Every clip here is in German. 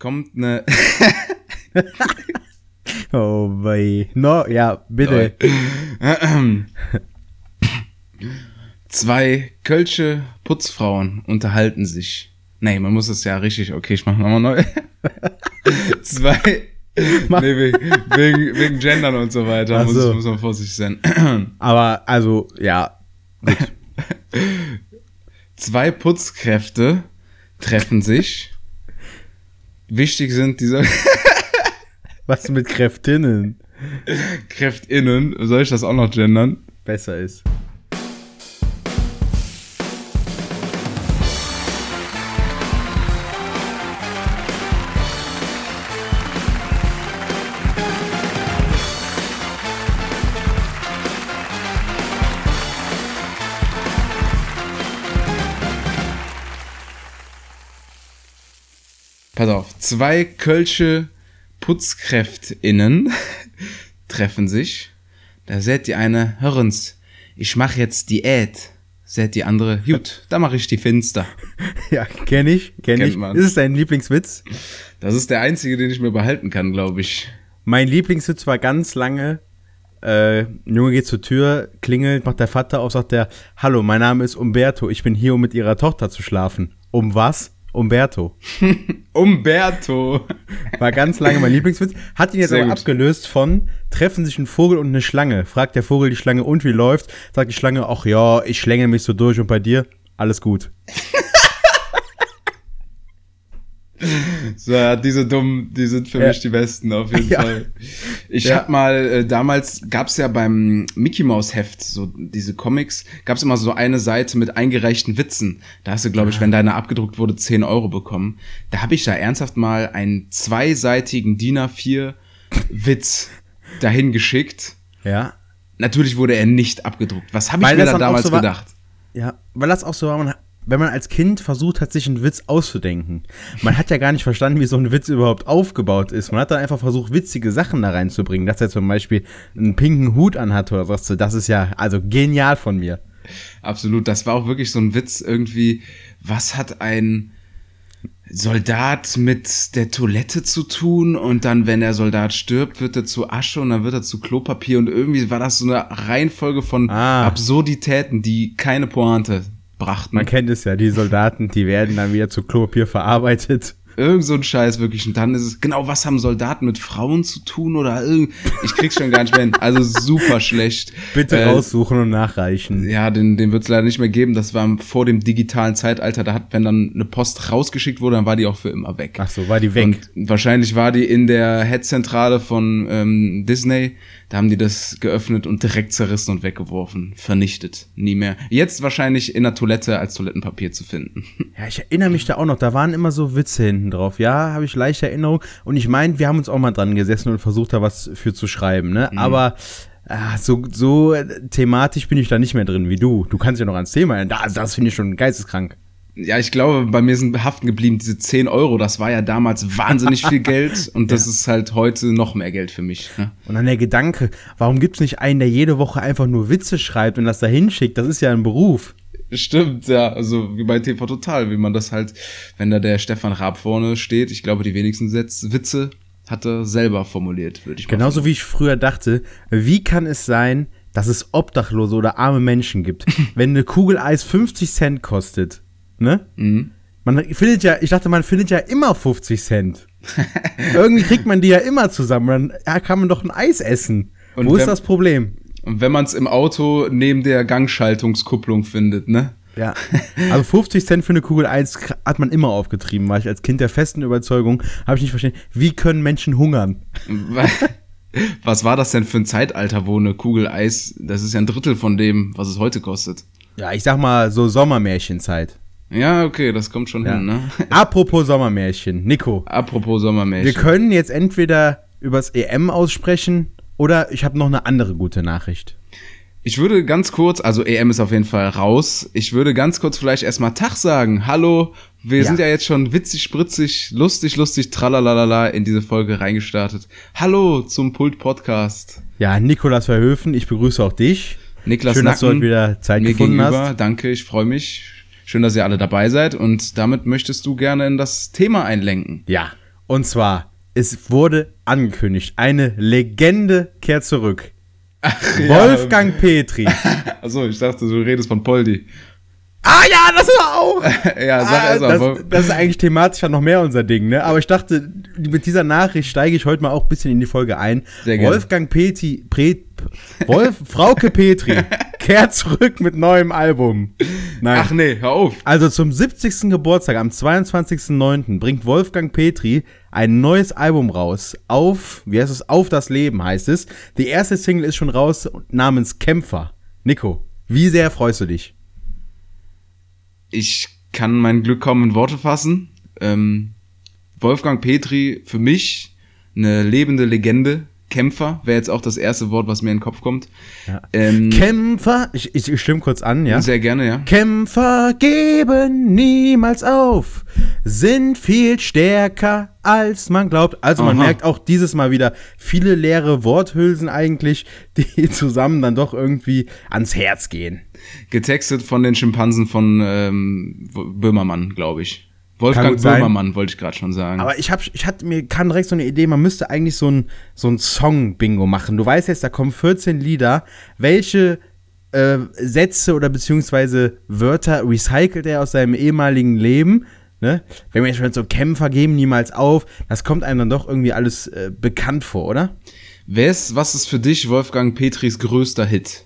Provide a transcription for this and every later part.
kommt eine... Oh, wei. No, ja, bitte. Zwei kölsche Putzfrauen unterhalten sich. Nee, man muss es ja richtig... Okay, ich mach nochmal neu. Wegen Gendern und so weiter muss man vorsichtig sein. Aber, also, ja, gut. Zwei Putzkräfte treffen sich. Wichtig sind diese... Was mit Kräftinnen? Kräftinnen, soll ich das auch noch gendern? Besser ist. Pass auf, zwei kölsche PutzkräftInnen treffen sich. Da sagt die eine, hörens, ich mach jetzt Diät. Sagt die andere, gut, da mache ich die Finster. Ja, kenn ich. Man. Ist es dein Lieblingswitz? Das ist der einzige, den ich mir behalten kann, glaube ich. Mein Lieblingswitz war ganz lange, ein Junge geht zur Tür, klingelt, macht der Vater auf, sagt der, hallo, mein Name ist Umberto, ich bin hier, um mit ihrer Tochter zu schlafen. Um was? Umberto. Umberto. War ganz lange mein Lieblingswitz. Hat ihn jetzt aber abgelöst von, treffen sich ein Vogel und eine Schlange. Fragt der Vogel die Schlange, und wie läuft? Sagt die Schlange, ach ja, ich schlänge mich so durch, und bei dir? Alles gut. So, ja, diese dummen, die sind für mich die besten, auf jeden Fall. Ich hab mal, damals gab's ja beim Mickey Mouse Heft, so diese Comics, gab's immer so eine Seite mit eingereichten Witzen. Da hast du, glaube ich, wenn deine abgedruckt wurde, 10 Euro bekommen. Da habe ich da ernsthaft mal einen zweiseitigen DIN A4 Witz dahin geschickt. Ja. Natürlich wurde er nicht abgedruckt. Was habe ich mir da damals gedacht? Ja, weil das auch so war, wenn man als Kind versucht hat, sich einen Witz auszudenken. Man hat ja gar nicht verstanden, wie so ein Witz überhaupt aufgebaut ist. Man hat dann einfach versucht, witzige Sachen da reinzubringen. Dass er zum Beispiel einen pinken Hut anhat oder was. Das ist ja also genial von mir. Absolut, das war auch wirklich so ein Witz irgendwie. Was hat ein Soldat mit der Toilette zu tun? Und dann, wenn der Soldat stirbt, wird er zu Asche und dann wird er zu Klopapier. Und irgendwie war das so eine Reihenfolge von Absurditäten, die keine Pointe brachten. Man kennt es ja, die Soldaten, die werden dann wieder zu Klopapier verarbeitet. Irgend so ein Scheiß wirklich. Und dann ist es, genau, was haben Soldaten mit Frauen zu tun oder ich krieg's schon gar nicht mehr hin. Also super schlecht. Bitte raussuchen und nachreichen. Ja, den wird's leider nicht mehr geben. Das war vor dem digitalen Zeitalter. Da wenn dann eine Post rausgeschickt wurde, dann war die auch für immer weg. Ach so, war die weg. Und wahrscheinlich war die in der Headzentrale von Disney. Da haben die das geöffnet und direkt zerrissen und weggeworfen. Vernichtet. Nie mehr. Jetzt wahrscheinlich in der Toilette als Toilettenpapier zu finden. Ja, ich erinnere mich da auch noch. Da waren immer so Witze hinten drauf. Ja, habe ich leichte Erinnerung. Und ich meine, wir haben uns auch mal dran gesessen und versucht, da was für zu schreiben, ne? Mhm. Aber so thematisch bin ich da nicht mehr drin wie du. Du kannst ja noch ans Thema. Das finde ich schon geisteskrank. Ja, ich glaube, bei mir sind haften geblieben diese 10 Euro. Das war ja damals wahnsinnig viel Geld und das ist halt heute noch mehr Geld für mich. Ne? Und dann der Gedanke, warum gibt's nicht einen, der jede Woche einfach nur Witze schreibt und das da hinschickt? Das ist ja ein Beruf. Stimmt, ja. Also wie bei TV Total, wie man das halt, wenn da der Stefan Raab vorne steht. Ich glaube, die wenigsten Witze hat er selber formuliert, würde ich mal Genauso sagen. Wie ich früher dachte, wie kann es sein, dass es Obdachlose oder arme Menschen gibt, wenn eine Kugel Eis 50 Cent kostet? Ne? Mhm. Man findet ja immer 50 Cent. Irgendwie kriegt man die ja immer zusammen. Dann kann man doch ein Eis essen. Und wo ist das Problem? Und wenn man es im Auto neben der Gangschaltungskupplung findet, ne? Ja, also 50 Cent für eine Kugel Eis hat man immer aufgetrieben, weil ich als Kind der festen Überzeugung, habe ich nicht verstanden, wie können Menschen hungern? Was war das denn für ein Zeitalter, wo eine Kugel Eis, das ist ja ein Drittel von dem, was es heute kostet? Ja, ich sag mal so Sommermärchenzeit. Ja, okay, das kommt schon hin, ne? Apropos Sommermärchen, Nico. Apropos Sommermärchen. Wir können jetzt entweder übers EM aussprechen oder ich habe noch eine andere gute Nachricht. Ich würde ganz kurz, also EM ist auf jeden Fall raus, ich würde ganz kurz vielleicht erstmal Tag sagen. Hallo, wir sind ja jetzt schon witzig, spritzig, lustig, tralalala in diese Folge reingestartet. Hallo zum Pult-Podcast. Ja, Nikolas Verhöfen, ich begrüße auch dich. Niklas Schön, Nacken, dass du heute wieder Zeit gefunden hast. Danke, ich freue mich. Schön, dass ihr alle dabei seid und damit möchtest du gerne in das Thema einlenken. Ja, Und zwar, es wurde angekündigt, eine Legende kehrt zurück. Ach, Wolfgang Petri. Achso, ich dachte, du redest von Poldi. Ah ja, das war auch. Ja, sag erst mal. Das ist eigentlich thematisch ja noch mehr unser Ding, ne? Aber ich dachte, mit dieser Nachricht steige ich heute mal auch ein bisschen in die Folge ein. Sehr gerne. Wolfgang Frauke Petri kehrt zurück mit neuem Album. Nein. Ach nee, hör auf. Also zum 70. Geburtstag, am 22.09. bringt Wolfgang Petri ein neues Album raus. Auf das Leben heißt es. Die erste Single ist schon raus, namens Kämpfer. Nico, wie sehr freust du dich? Ich kann mein Glück kaum in Worte fassen. Wolfgang Petri, für mich eine lebende Legende. Kämpfer wäre jetzt auch das erste Wort, was mir in den Kopf kommt. Ja. Kämpfer, ich stimme kurz an, ja? Sehr gerne, ja. Kämpfer geben niemals auf, sind viel stärker, als man glaubt. Also man merkt auch dieses Mal wieder viele leere Worthülsen eigentlich, die zusammen dann doch irgendwie ans Herz gehen. Getextet von den Schimpansen von Böhmermann, glaube ich. Wolfgang Böhmermann wollte ich gerade schon sagen. Aber kam direkt so eine Idee, man müsste eigentlich so ein Song-Bingo machen. Du weißt jetzt, da kommen 14 Lieder. Welche Sätze oder beziehungsweise Wörter recycelt er aus seinem ehemaligen Leben? Ne? Wenn wir jetzt schon so Kämpfer geben niemals auf, das kommt einem dann doch irgendwie alles bekannt vor, oder? Was ist für dich Wolfgang Petris größter Hit?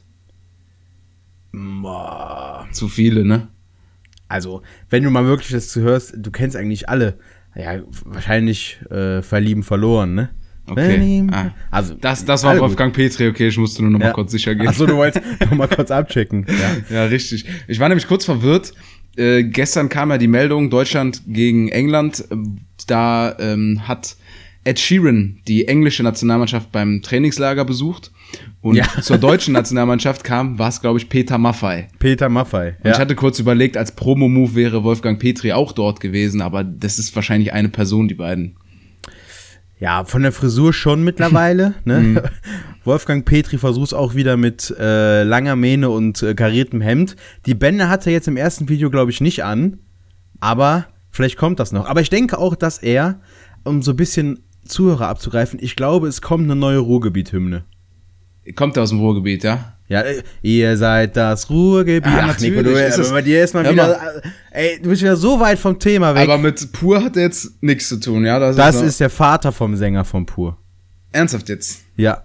Boah. Zu viele, ne? Also, wenn du mal wirklich das hörst, du kennst eigentlich alle. Ja, wahrscheinlich Verlieben verloren, ne? Okay. Also, das war Wolfgang Petri, okay, ich musste nur noch mal kurz sicher gehen. Achso, du wolltest noch mal kurz abchecken. Ja, richtig. Ich war nämlich kurz verwirrt. Gestern kam ja die Meldung, Deutschland gegen England. Da hat Ed Sheeran die englische Nationalmannschaft beim Trainingslager besucht. Und zur deutschen Nationalmannschaft war es, glaube ich, Peter Maffay. Und ich hatte kurz überlegt, als Promo-Move wäre Wolfgang Petri auch dort gewesen, aber das ist wahrscheinlich eine Person, die beiden. Ja, von der Frisur schon mittlerweile. Ne? Wolfgang Petri versucht es auch wieder mit langer Mähne und kariertem Hemd. Die Bänder hat er jetzt im ersten Video, glaube ich, nicht an, aber vielleicht kommt das noch. Aber ich denke auch, dass er, um so ein bisschen Zuhörer abzugreifen, ich glaube, es kommt eine neue Ruhrgebiet-Hymne. Kommt aus dem Ruhrgebiet, ja? Ja, ihr seid das Ruhrgebiet. Ach, Nico, bei dir ist man wieder, du bist wieder so weit vom Thema weg. Aber mit Pur hat er jetzt nichts zu tun, ja? Das ist der Vater vom Sänger von Pur. Ernsthaft jetzt? Ja.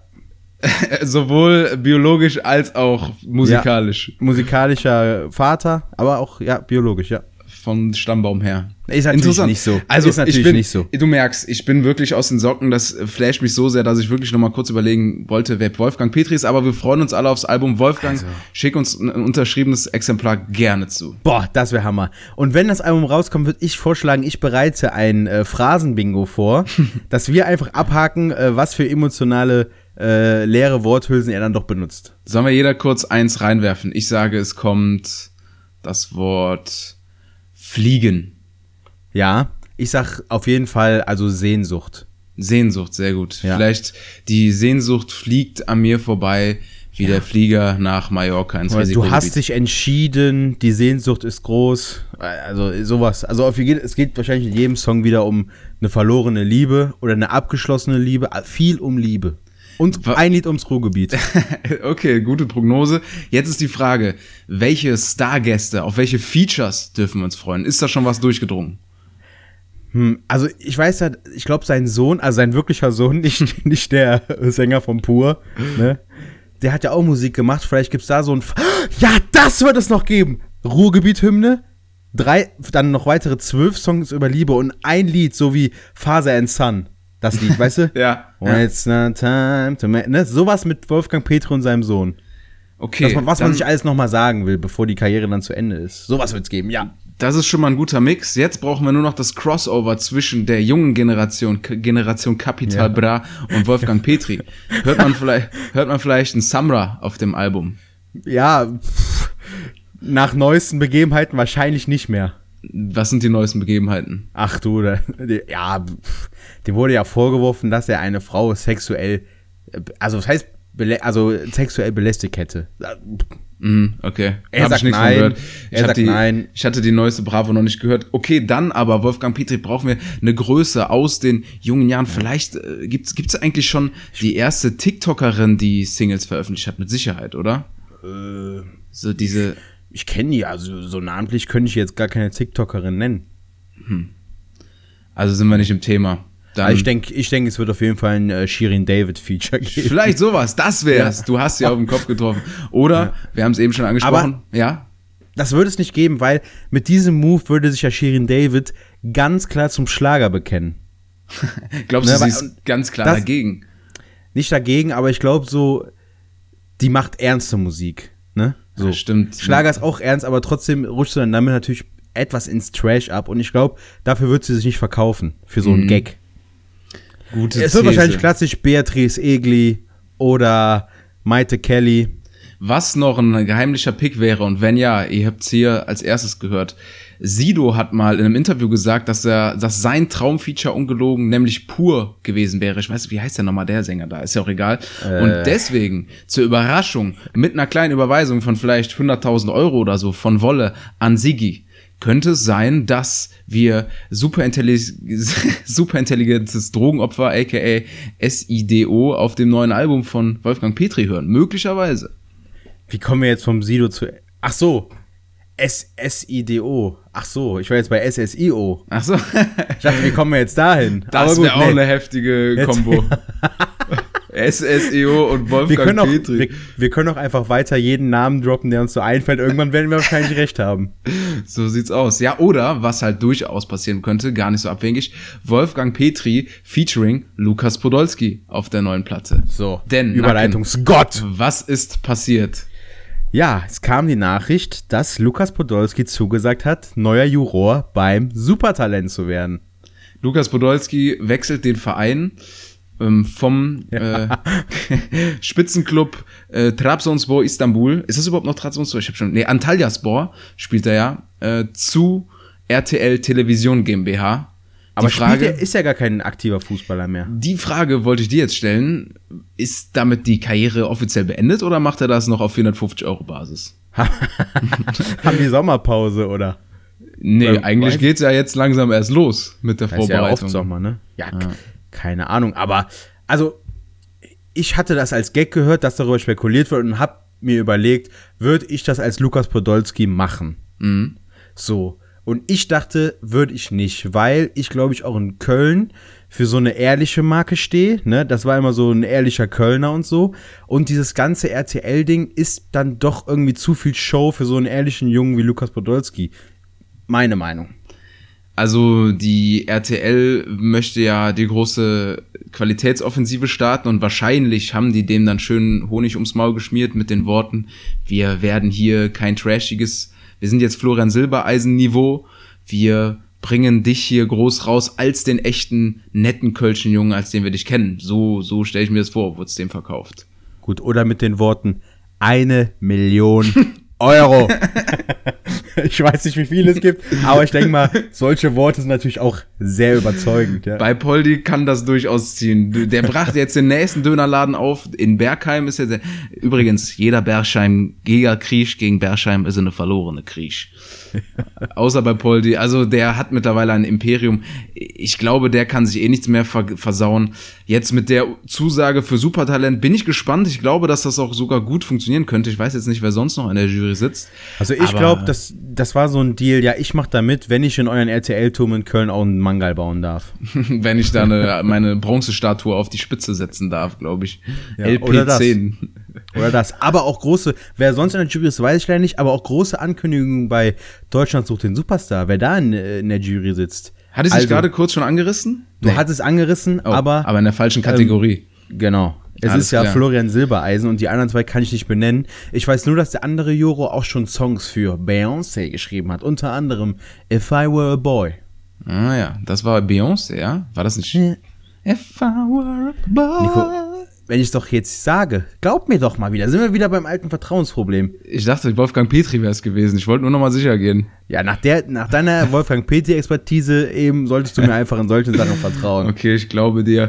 Sowohl biologisch als auch musikalisch. Ja, musikalischer Vater, aber auch, biologisch, ja. Vom Stammbaum her. Ist natürlich nicht so. Also ist natürlich nicht so. Du merkst, ich bin wirklich aus den Socken, das flasht mich so sehr, dass ich wirklich noch mal kurz überlegen wollte, wer Wolfgang Petri ist, aber wir freuen uns alle aufs Album. Wolfgang, schick uns ein unterschriebenes Exemplar gerne zu. Boah, das wäre Hammer. Und wenn das Album rauskommt, würde ich vorschlagen, ich bereite ein Phrasenbingo vor, dass wir einfach abhaken, was für emotionale leere Worthülsen er dann doch benutzt. Sollen wir jeder kurz eins reinwerfen? Ich sage, es kommt das Wort Fliegen. Ja, ich sag auf jeden Fall, also Sehnsucht. Sehnsucht, sehr gut. Ja. Vielleicht die Sehnsucht fliegt an mir vorbei, wie der Flieger nach Mallorca ins Risikogebiet. Du hast dich entschieden, die Sehnsucht ist groß. Also sowas. Also es geht wahrscheinlich in jedem Song wieder um eine verlorene Liebe oder eine abgeschlossene Liebe. Viel um Liebe. Und ein Lied ums Ruhrgebiet. Okay, gute Prognose. Jetzt ist die Frage, welche Stargäste, auf welche Features dürfen wir uns freuen? Ist da schon was durchgedrungen? Also ich weiß ja, ich glaube sein Sohn, also sein wirklicher Sohn, nicht der Sänger von Pur, ne? Der hat ja auch Musik gemacht, vielleicht gibt's da so ein... Ja, das wird es noch geben! Ruhrgebiet-Hymne, dann noch weitere 12 Songs über Liebe und ein Lied, so wie Father and Son. Das Lied, weißt du? Ja. It's not time to make... Ne? Sowas mit Wolfgang Petri und seinem Sohn. Okay. Was man sich alles nochmal sagen will, bevor die Karriere dann zu Ende ist. Sowas wird's geben, ja. Das ist schon mal ein guter Mix. Jetzt brauchen wir nur noch das Crossover zwischen der jungen Generation Capital Bra und Wolfgang Petri. Hört man vielleicht einen Samra auf dem Album? Ja, nach neuesten Begebenheiten wahrscheinlich nicht mehr. Was sind die neuesten Begebenheiten? Ach du, dem wurde ja vorgeworfen, dass er eine Frau sexuell, also das heißt sexuell belästigt hätte. Okay. Er sagt nein. Ich hatte die neueste Bravo noch nicht gehört. Okay, dann aber, Wolfgang Petri, brauchen wir eine Größe aus den jungen Jahren. Vielleicht gibt's eigentlich schon die erste TikTokerin, die Singles veröffentlicht hat, mit Sicherheit, oder? So diese. Ich kenne die, also so namentlich könnte ich jetzt gar keine TikTokerin nennen. Also sind wir nicht im Thema. Also ich denke, es wird auf jeden Fall ein Shirin David-Feature geben. Vielleicht sowas, das wär's. Ja. Du hast ja auf den Kopf getroffen. Oder, wir haben es eben schon angesprochen, aber ja. Das würde es nicht geben, weil mit diesem Move würde sich ja Shirin David ganz klar zum Schlager bekennen. Glaubst du, sie ist ganz klar dagegen? Nicht dagegen, aber ich glaube so, die macht ernste Musik. Ne? So. Ja, stimmt. Schlager ist auch ernst, aber trotzdem rutscht sie dann damit natürlich etwas ins Trash ab. Und ich glaube, dafür wird sie sich nicht verkaufen. Für so einen Gag. Gute Es wird wahrscheinlich klassisch Beatrice Egli oder Maite Kelly. Was noch ein geheimlicher Pick wäre, und wenn ja, ihr habt's hier als erstes gehört. Sido hat mal in einem Interview gesagt, dass sein Traumfeature ungelogen, nämlich Pur gewesen wäre. Ich weiß nicht, wie heißt der nochmal, der Sänger da? Ist ja auch egal. Und deswegen, zur Überraschung, mit einer kleinen Überweisung von vielleicht 100.000 Euro oder so von Wolle an Siggi, könnte es sein, dass wir superintelligentes Drogenopfer, aka SIDO, auf dem neuen Album von Wolfgang Petri hören. Möglicherweise. Wie kommen wir jetzt vom Sido zu... Ach so, SSIDO. Ach so, ich war jetzt bei SSIO. Ach so. Ich dachte, wie kommen wir jetzt dahin? Das wäre auch eine heftige Kombo. SSIO und Wolfgang Petri. Wir können auch einfach weiter jeden Namen droppen, der uns so einfällt. Irgendwann werden wir wahrscheinlich recht haben. So sieht's aus. Ja, oder, was halt durchaus passieren könnte, gar nicht so abwegig, Wolfgang Petri featuring Lukas Podolski auf der neuen Platte. So, denn Überleitungsgott! Was ist passiert? Ja, es kam die Nachricht, dass Lukas Podolski zugesagt hat, neuer Juror beim Supertalent zu werden. Lukas Podolski wechselt den Verein vom Spitzenclub Trabzonspor Istanbul. Ist das überhaupt noch Trabzonspor? Antalyaspor spielt er ja, zu RTL Television GmbH. Aber ist ja gar kein aktiver Fußballer mehr. Die Frage wollte ich dir jetzt stellen. Ist damit die Karriere offiziell beendet oder macht er das noch auf 450 € Basis? Haben die Sommerpause, oder? Nee, eigentlich geht's ja jetzt langsam erst los mit der Vorbereitung. Ist ja oft Sommer, ne? Ja, keine Ahnung. Aber, also, ich hatte das als Gag gehört, dass darüber spekuliert wird und hab mir überlegt, würde ich das als Lukas Podolski machen? Mhm. So. Und ich dachte, würde ich nicht, weil ich, glaube ich, auch in Köln für so eine ehrliche Marke stehe, ne? Das war immer so ein ehrlicher Kölner und so. Und dieses ganze RTL-Ding ist dann doch irgendwie zu viel Show für so einen ehrlichen Jungen wie Lukas Podolski. Meine Meinung. Also die RTL möchte ja die große Qualitätsoffensive starten und wahrscheinlich haben die dem dann schön Honig ums Maul geschmiert mit den Worten, wir werden hier kein trashiges, wir sind jetzt Florian Silbereisen-Niveau, wir bringen dich hier groß raus als den echten, netten Kölschen Jungen, als den wir dich kennen. So stelle ich mir das vor, wurde es dem verkauft. Gut, oder mit den Worten, 1 Million Euro. Ich weiß nicht, wie viel es gibt, aber ich denke mal, solche Worte sind natürlich auch sehr überzeugend. Ja. Bei Poldi kann das durchaus ziehen. Der brachte jetzt den nächsten Dönerladen auf. In Bergheim ist ja übrigens, jeder Bergheim-Krieg gegen Bergheim ist eine verlorene Krieg. Außer bei Poldi. Also der hat mittlerweile ein Imperium. Ich glaube, der kann sich nichts mehr versauen. Jetzt mit der Zusage für Supertalent bin ich gespannt. Ich glaube, dass das auch sogar gut funktionieren könnte. Ich weiß jetzt nicht, wer sonst noch in der Jury sitzt. Also ich glaube, das war so ein Deal. Ja, ich mach da mit, wenn ich in euren RTL-Turm in Köln auch einen Mangal bauen darf. Wenn ich da meine Bronzestatue auf die Spitze setzen darf, glaube ich. Ja, LP10. Oder das. Aber auch große, wer sonst in der Jury ist, weiß ich leider nicht, aber auch große Ankündigungen bei Deutschland sucht den Superstar, wer da in der Jury sitzt. Hat es sich gerade kurz schon angerissen? Du hattest es angerissen, aber in der falschen Kategorie. Genau. Es ist ja klar. Florian Silbereisen und die anderen zwei kann ich nicht benennen. Ich weiß nur, dass der andere Juror auch schon Songs für Beyoncé geschrieben hat. Unter anderem If I Were a Boy. Ah ja, das war Beyoncé, ja? War das nicht? If I Were a Boy. Nico, wenn ich es doch jetzt sage, glaub mir doch mal wieder. Sind wir wieder beim alten Vertrauensproblem. Ich dachte, Wolfgang Petri wäre es gewesen. Ich wollte nur noch mal sicher gehen. Ja, nach deiner Wolfgang Petri-Expertise eben solltest du mir einfach in solchen Sachen vertrauen. Okay, ich glaube dir.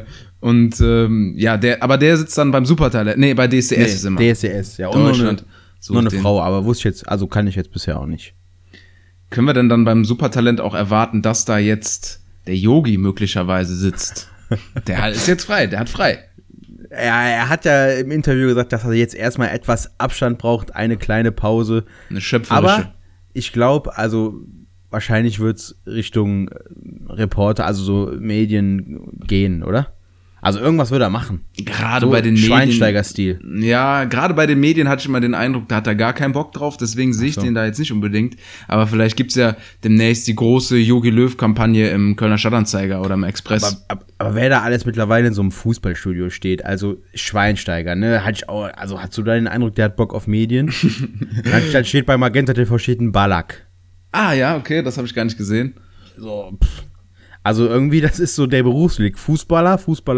Und der sitzt dann beim Supertalent. Nee, bei DSDS ist immer. DSDS, ja. Und Deutschland. Nur eine Frau, aber wusste ich jetzt, also kann ich jetzt bisher auch nicht. Können wir denn dann beim Supertalent auch erwarten, dass da jetzt der Yogi möglicherweise sitzt? Der ist jetzt frei, der hat frei. Ja, er hat ja im Interview gesagt, dass er jetzt erstmal etwas Abstand braucht, eine kleine Pause. Eine schöpferische. Aber ich glaube, also wahrscheinlich wird es Richtung Reporter, also so Medien gehen, oder? Also irgendwas wird er machen. Gerade so bei den Medien. Schweinsteiger-Stil. Ja, gerade bei den Medien hatte ich immer den Eindruck, da hat er gar keinen Bock drauf, deswegen sehe ich den da jetzt nicht unbedingt. Aber vielleicht gibt's ja demnächst die große Jogi Löw-Kampagne im Kölner Stadtanzeiger oder im Express. Aber wer da alles mittlerweile in so einem Fußballstudio steht, also Schweinsteiger, ne, hatte ich auch, also hast du da den Eindruck, der hat Bock auf Medien? Dann steht bei Magenta TV steht ein Ballack. Ah ja, okay, das habe ich gar nicht gesehen. So, Also irgendwie, das ist so der Berufsweg. Fußballer,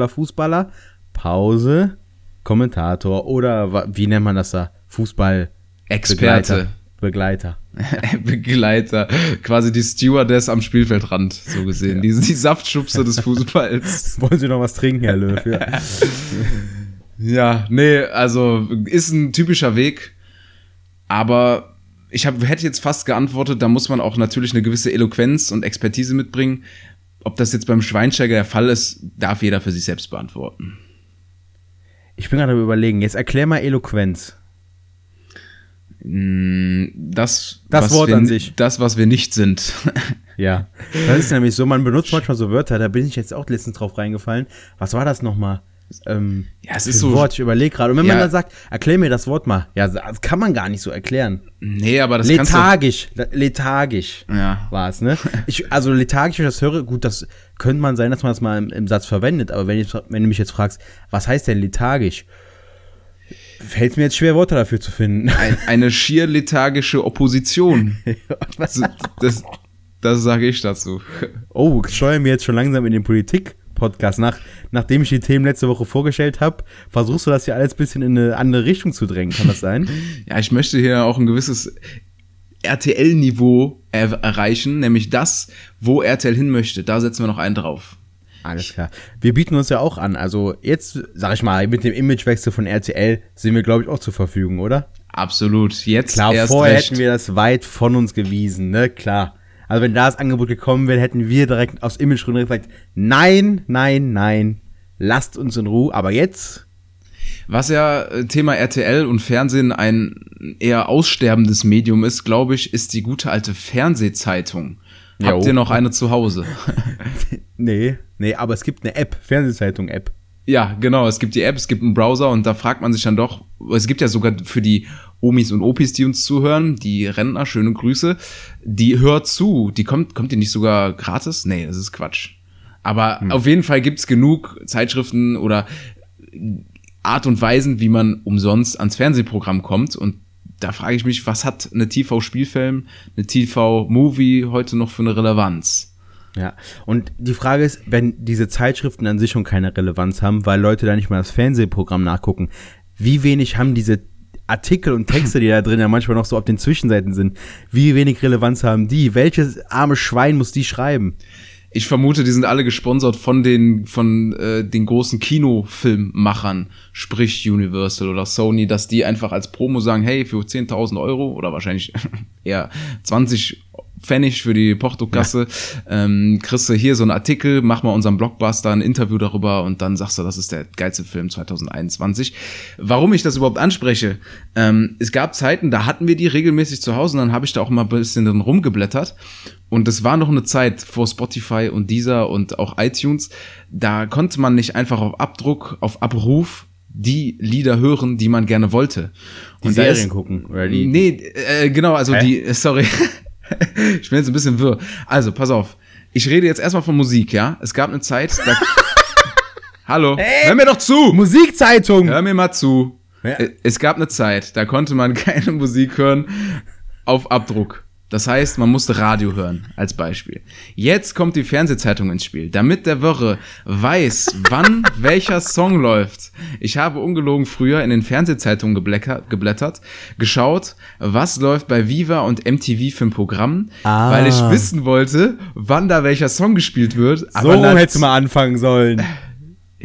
Pause, Kommentator oder wie nennt man das da? Experte. Begleiter. Begleiter. Quasi die Stewardess am Spielfeldrand, so gesehen. Ja. Die Saftschubse des Fußballs. Wollen Sie noch was trinken, Herr Löw? Ja. Ja, nee, also ist ein typischer Weg, aber hätte jetzt fast geantwortet, da muss man auch natürlich eine gewisse Eloquenz und Expertise mitbringen. Ob das jetzt beim Schweinsteiger der Fall ist, darf jeder für sich selbst beantworten. Ich bin gerade überlegen, jetzt erklär mal Eloquenz. Das Wort an sich. Das, was wir nicht sind. Ja, das ist nämlich so, man benutzt manchmal so Wörter, da bin ich jetzt auch letztens drauf reingefallen. Was war das nochmal? Es ist so. Wort, ich überlege gerade. Und wenn man dann sagt, erklär mir das Wort mal. Ja, das kann man gar nicht so erklären. Nee, aber das lethargisch ja. war es, ne? Also lethargisch, wenn ich das höre, gut, das könnte man sein, dass man das mal im Satz verwendet. Aber wenn du mich jetzt fragst, was heißt denn lethargisch? Fällt es mir jetzt schwer, Worte dafür zu finden. Eine schier lethargische Opposition. Das sage ich dazu. Oh, steuern wir jetzt schon langsam in den Politik-Podcast. Nachdem ich die Themen letzte Woche vorgestellt habe, versuchst du das hier alles ein bisschen in eine andere Richtung zu drängen. Kann das sein? Ja, ich möchte hier auch ein gewisses RTL-Niveau erreichen, nämlich das, wo RTL hin möchte. Da setzen wir noch einen drauf. Alles klar. Wir bieten uns ja auch an. Also jetzt, sag ich mal, mit dem Imagewechsel von RTL sind wir, glaube ich, auch zur Verfügung, oder? Absolut. Jetzt klar, erst vorher recht. Hätten wir das weit von uns gewiesen, ne? Klar. Also wenn da das Angebot gekommen wäre, hätten wir direkt aus Imagegründen gesagt, nein, lasst uns in Ruhe. Aber jetzt? Was ja Thema RTL und Fernsehen ein eher aussterbendes Medium ist, glaube ich, ist die gute alte Fernsehzeitung. Habt ihr noch eine zu Hause? Nee, aber es gibt eine App, Fernsehzeitung-App. Ja, genau, es gibt die App, es gibt einen Browser und da fragt man sich dann doch, es gibt ja sogar für die Omis und Opis, die uns zuhören, die Rentner, schöne Grüße, die hört zu, kommt die nicht sogar gratis? Nee, das ist Quatsch. Aber auf jeden Fall gibt's genug Zeitschriften oder Art und Weisen, wie man umsonst ans Fernsehprogramm kommt und da frage ich mich, was hat eine TV-Spielfilm, eine TV-Movie heute noch für eine Relevanz? Ja, und die Frage ist, wenn diese Zeitschriften an sich schon keine Relevanz haben, weil Leute da nicht mal das Fernsehprogramm nachgucken, wie wenig haben diese Artikel und Texte, die da drin ja manchmal noch so auf den Zwischenseiten sind, wie wenig Relevanz haben die? Welches arme Schwein muss die schreiben? Ich vermute, die sind alle gesponsert von den großen Kinofilmmachern, sprich Universal oder Sony, dass die einfach als Promo sagen, hey, für 10.000 Euro oder wahrscheinlich eher 20 Pfennig für die Portokasse, kriegst du hier so einen Artikel, mach mal unseren Blockbuster, ein Interview darüber und dann sagst du, das ist der geilste Film 2021. Warum ich das überhaupt anspreche? Es gab Zeiten, da hatten wir die regelmäßig zu Hause und dann habe ich da auch mal ein bisschen drin rumgeblättert und es war noch eine Zeit vor Spotify und Deezer und auch iTunes, da konnte man nicht einfach auf Abdruck, auf Abruf die Lieder hören, die man gerne wollte. Die Serien gucken, oder die? Nee, genau, also sorry. Ich bin jetzt ein bisschen wirr. Also, pass auf. Ich rede jetzt erstmal von Musik, ja? Es gab eine Zeit, da... Hallo, hör mir doch zu! Musikzeitung! Hör mir mal zu. Ja. Es gab eine Zeit, da konnte man keine Musik hören auf Abdruck. Das heißt, man musste Radio hören, als Beispiel. Jetzt kommt die Fernsehzeitung ins Spiel, damit der Wirre weiß, wann welcher Song läuft. Ich habe ungelogen früher in den Fernsehzeitungen geblättert, geschaut, was läuft bei Viva und MTV für ein Programm, weil ich wissen wollte, wann da welcher Song gespielt wird. Aber so hättest du mal anfangen sollen.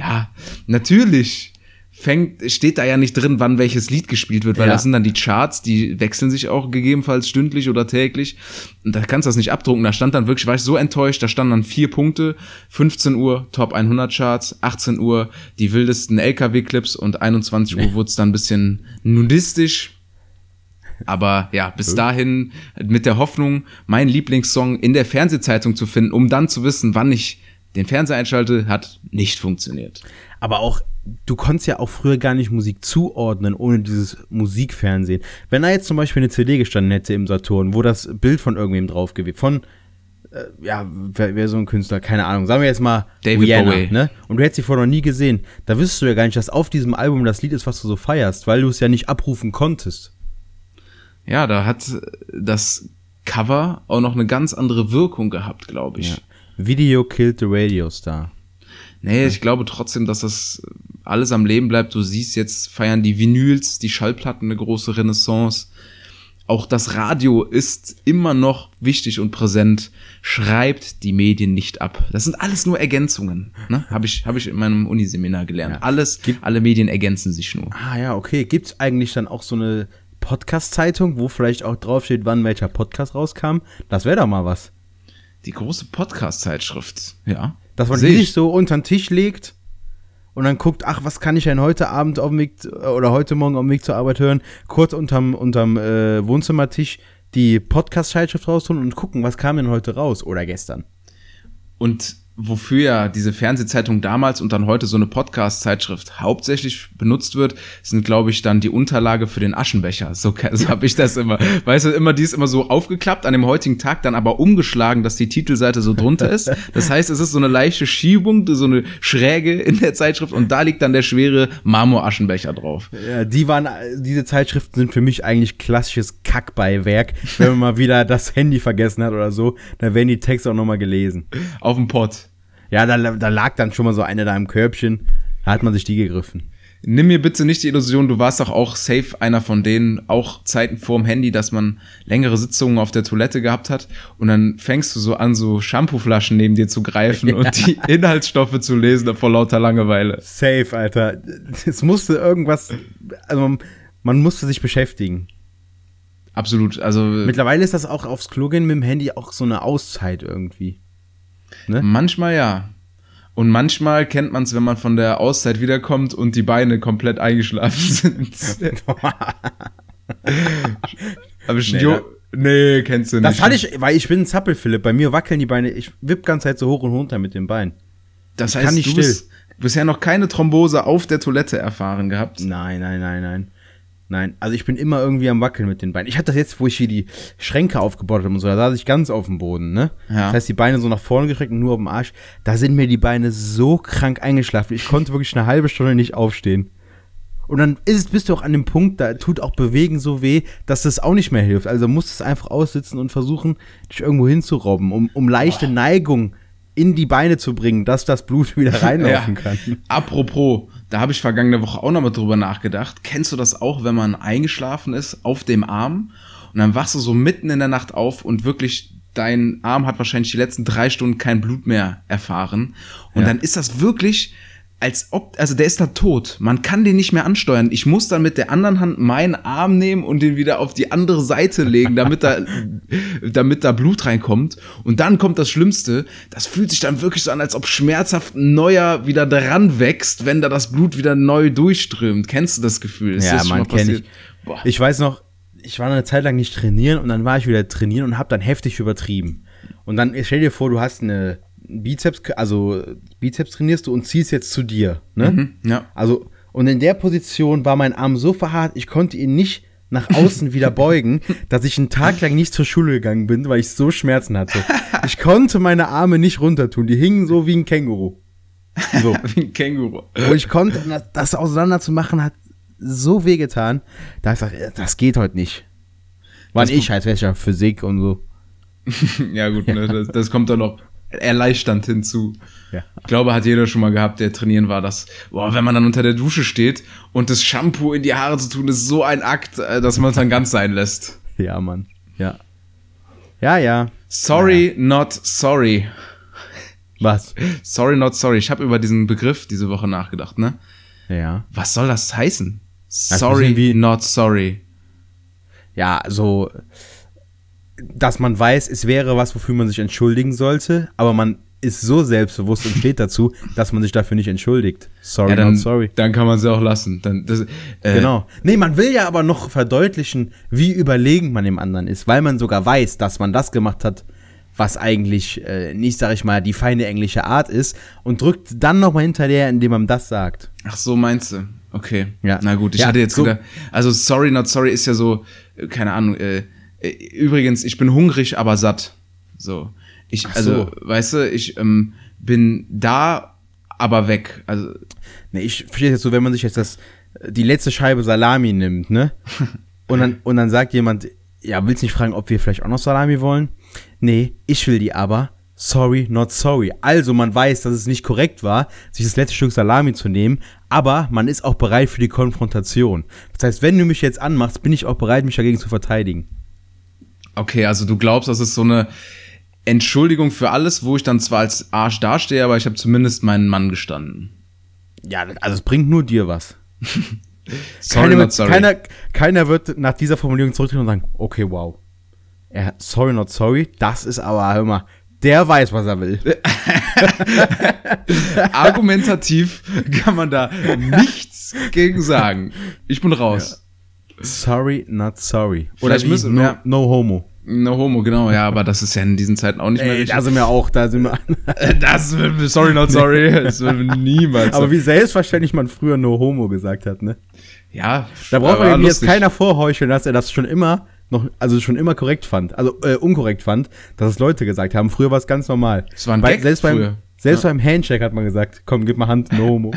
Ja, natürlich steht da ja nicht drin, wann welches Lied gespielt wird, weil das sind dann die Charts, die wechseln sich auch gegebenenfalls stündlich oder täglich. Und da kannst du das nicht abdrucken. Da stand dann wirklich, war ich so enttäuscht, da standen dann 4 Punkte, 15 Uhr Top 100 Charts, 18 Uhr die wildesten LKW-Clips und 21 Uhr wurde es dann ein bisschen nudistisch. Aber ja, bis dahin mit der Hoffnung, meinen Lieblingssong in der Fernsehzeitung zu finden, um dann zu wissen, wann ich den Fernseher einschalte, hat nicht funktioniert. Aber auch, du konntest ja auch früher gar nicht Musik zuordnen, ohne dieses Musikfernsehen. Wenn da jetzt zum Beispiel eine CD gestanden hätte im Saturn, wo das Bild von irgendwem drauf gewesen, von, wer so ein Künstler, keine Ahnung, sagen wir jetzt mal David Bowie, ne? Und du hättest sie vorher noch nie gesehen, da wüsstest du ja gar nicht, dass auf diesem Album das Lied ist, was du so feierst, weil du es ja nicht abrufen konntest. Ja, da hat das Cover auch noch eine ganz andere Wirkung gehabt, glaube ich. Ja. Video killed the radio star. Nee, ich glaube trotzdem, dass das alles am Leben bleibt. Du siehst, jetzt feiern die Vinyls, die Schallplatten eine große Renaissance. Auch das Radio ist immer noch wichtig und präsent. Schreibt die Medien nicht ab. Das sind alles nur Ergänzungen. Ne? Hab ich in meinem Uniseminar gelernt. Ja. Alle Medien ergänzen sich nur. Ah ja, okay. Gibt's eigentlich dann auch so eine Podcast-Zeitung, wo vielleicht auch draufsteht, wann welcher Podcast rauskam? Das wäre doch mal was. Die große Podcast-Zeitschrift, ja. Dass man die sich so unter den Tisch legt und dann guckt, ach, was kann ich denn heute Abend auf dem Weg oder heute Morgen auf dem Weg zur Arbeit hören? Kurz unterm Wohnzimmertisch die Podcast-Zeitschrift raustun und gucken, was kam denn heute raus oder gestern. Und wofür ja diese Fernsehzeitung damals und dann heute so eine Podcast-Zeitschrift hauptsächlich benutzt wird, sind, glaube ich, dann die Unterlage für den Aschenbecher. So habe ich das immer. Weißt du, die ist immer so aufgeklappt an dem heutigen Tag, dann aber umgeschlagen, dass die Titelseite so drunter ist. Das heißt, es ist so eine leichte Schiebung, so eine Schräge in der Zeitschrift und da liegt dann der schwere Marmor-Aschenbecher drauf. Ja, diese Zeitschriften sind für mich eigentlich klassisches Kackbeiwerk. Wenn man mal wieder das Handy vergessen hat oder so, dann werden die Texte auch nochmal gelesen. Auf dem Pott. Ja, da lag dann schon mal so eine da im Körbchen, da hat man sich die gegriffen. Nimm mir bitte nicht die Illusion, du warst doch auch safe einer von denen, auch Zeiten vorm Handy, dass man längere Sitzungen auf der Toilette gehabt hat und dann fängst du so an, so Shampooflaschen neben dir zu greifen und die Inhaltsstoffe zu lesen vor lauter Langeweile. Safe, Alter. Es musste irgendwas, also man musste sich beschäftigen. Absolut, also. Mittlerweile ist das auch aufs Klo gehen mit dem Handy auch so eine Auszeit irgendwie. Ne? Manchmal ja. Und manchmal kennt man es, wenn man von der Auszeit wiederkommt und die Beine komplett eingeschlafen sind. Aber nee, kennst du nicht. Das hatte ich, weil ich bin ein Zappel-Philipp. Bei mir wackeln die Beine. Ich wipp ganze Zeit so hoch und runter mit den Beinen. Das heißt, du bist bisher noch keine Thrombose auf der Toilette erfahren gehabt? Nein, also ich bin immer irgendwie am Wackeln mit den Beinen. Ich hatte das jetzt, wo ich hier die Schränke aufgebaut habe und so, da saß ich ganz auf dem Boden, ne? Ja. Das heißt, die Beine so nach vorne gestreckt und nur auf dem Arsch. Da sind mir die Beine so krank eingeschlafen. Ich konnte wirklich eine halbe Stunde nicht aufstehen. Und dann bist du auch an dem Punkt, da tut auch Bewegen so weh, dass das auch nicht mehr hilft. Also musst du es einfach aussitzen und versuchen, dich irgendwo hinzurobben, um leichte Neigung in die Beine zu bringen, dass das Blut wieder reinlaufen kann. Apropos, da habe ich vergangene Woche auch noch mal drüber nachgedacht. Kennst du das auch, wenn man eingeschlafen ist auf dem Arm und dann wachst du so mitten in der Nacht auf und wirklich dein Arm hat wahrscheinlich die letzten 3 Stunden kein Blut mehr erfahren und dann ist das wirklich also der ist da tot. Man kann den nicht mehr ansteuern. Ich muss dann mit der anderen Hand meinen Arm nehmen und den wieder auf die andere Seite legen, damit da Blut reinkommt. Und dann kommt das Schlimmste. Das fühlt sich dann wirklich so an, als ob schmerzhaft ein neuer wieder dran wächst, wenn da das Blut wieder neu durchströmt. Kennst du das Gefühl? Ja, man, kenn ich. Ich weiß noch, ich war eine Zeit lang nicht trainieren und dann war ich wieder trainieren und habe dann heftig übertrieben. Und dann stell dir vor, du hast eine Bizeps trainierst du und ziehst jetzt zu dir, ne? Mhm, ja. Also, und in der Position war mein Arm so verharrt, ich konnte ihn nicht nach außen wieder beugen, dass ich einen Tag lang nicht zur Schule gegangen bin, weil ich so Schmerzen hatte. Ich konnte meine Arme nicht runter tun, die hingen so wie ein Känguru. So. Wie ein Känguru. Und ich konnte, das auseinander zu machen, hat so wehgetan, da ich gesagt, das geht heute nicht. War nicht als wäre ich ja Physik und so. Ja gut, ne, das kommt dann noch erleichternd hinzu. Ja. Ich glaube, hat jeder schon mal gehabt, der trainieren war, dass, wenn man dann unter der Dusche steht und das Shampoo in die Haare zu tun, ist so ein Akt, dass man es dann ganz sein lässt. Ja, Mann. Ja. Ja. Sorry, not sorry. Was? Sorry, not sorry. Ich habe über diesen Begriff diese Woche nachgedacht, ne? Ja. Was soll das heißen? Sorry, not sorry. Ja, so, dass man weiß, es wäre was, wofür man sich entschuldigen sollte, aber man ist so selbstbewusst und steht dazu, dass man sich dafür nicht entschuldigt. Sorry, not sorry. Dann kann man sie auch lassen. Genau. Nee, man will ja aber noch verdeutlichen, wie überlegen man dem anderen ist, weil man sogar weiß, dass man das gemacht hat, was eigentlich nicht, sag ich mal, die feine englische Art ist und drückt dann nochmal hinterher, indem man das sagt. Ach so, meinst du? Okay. Ja. Na gut, ich hatte jetzt so gedacht, also sorry, not sorry ist ja so, keine Ahnung, übrigens, ich bin hungrig, aber satt. So. Weißt du, ich bin da, aber weg. Also. Nee, ich verstehe jetzt so, wenn man sich jetzt die letzte Scheibe Salami nimmt, ne? Und dann sagt jemand, ja, willst nicht fragen, ob wir vielleicht auch noch Salami wollen? Nee, ich will die aber. Sorry, not sorry. Also man weiß, dass es nicht korrekt war, sich das letzte Stück Salami zu nehmen, aber man ist auch bereit für die Konfrontation. Das heißt, wenn du mich jetzt anmachst, bin ich auch bereit, mich dagegen zu verteidigen. Okay, also du glaubst, das ist so eine Entschuldigung für alles, wo ich dann zwar als Arsch dastehe, aber ich habe zumindest meinen Mann gestanden. Ja, also es bringt nur dir was. Sorry, not sorry. Keiner wird nach dieser Formulierung zurücktreten und sagen, okay, wow. Sorry, not sorry, das ist aber, hör mal, der weiß, was er will. Argumentativ kann man da nichts gegen sagen. Ich bin raus. Ja. Sorry, not sorry. Oder no homo. No homo, genau, ja, aber das ist ja in diesen Zeiten auch nicht mehr richtig. Da sind wir auch. Sorry, not sorry. Das würden wir niemals. Aber wie selbstverständlich man früher no homo gesagt hat, ne? Ja. Da braucht man jetzt keiner vorheucheln, dass er das schon immer korrekt fand, also unkorrekt fand, dass es Leute gesagt haben. Früher war es ganz normal. Das war ein Gag früher. Selbst beim Handshake hat man gesagt, komm, gib mal Hand, no homo.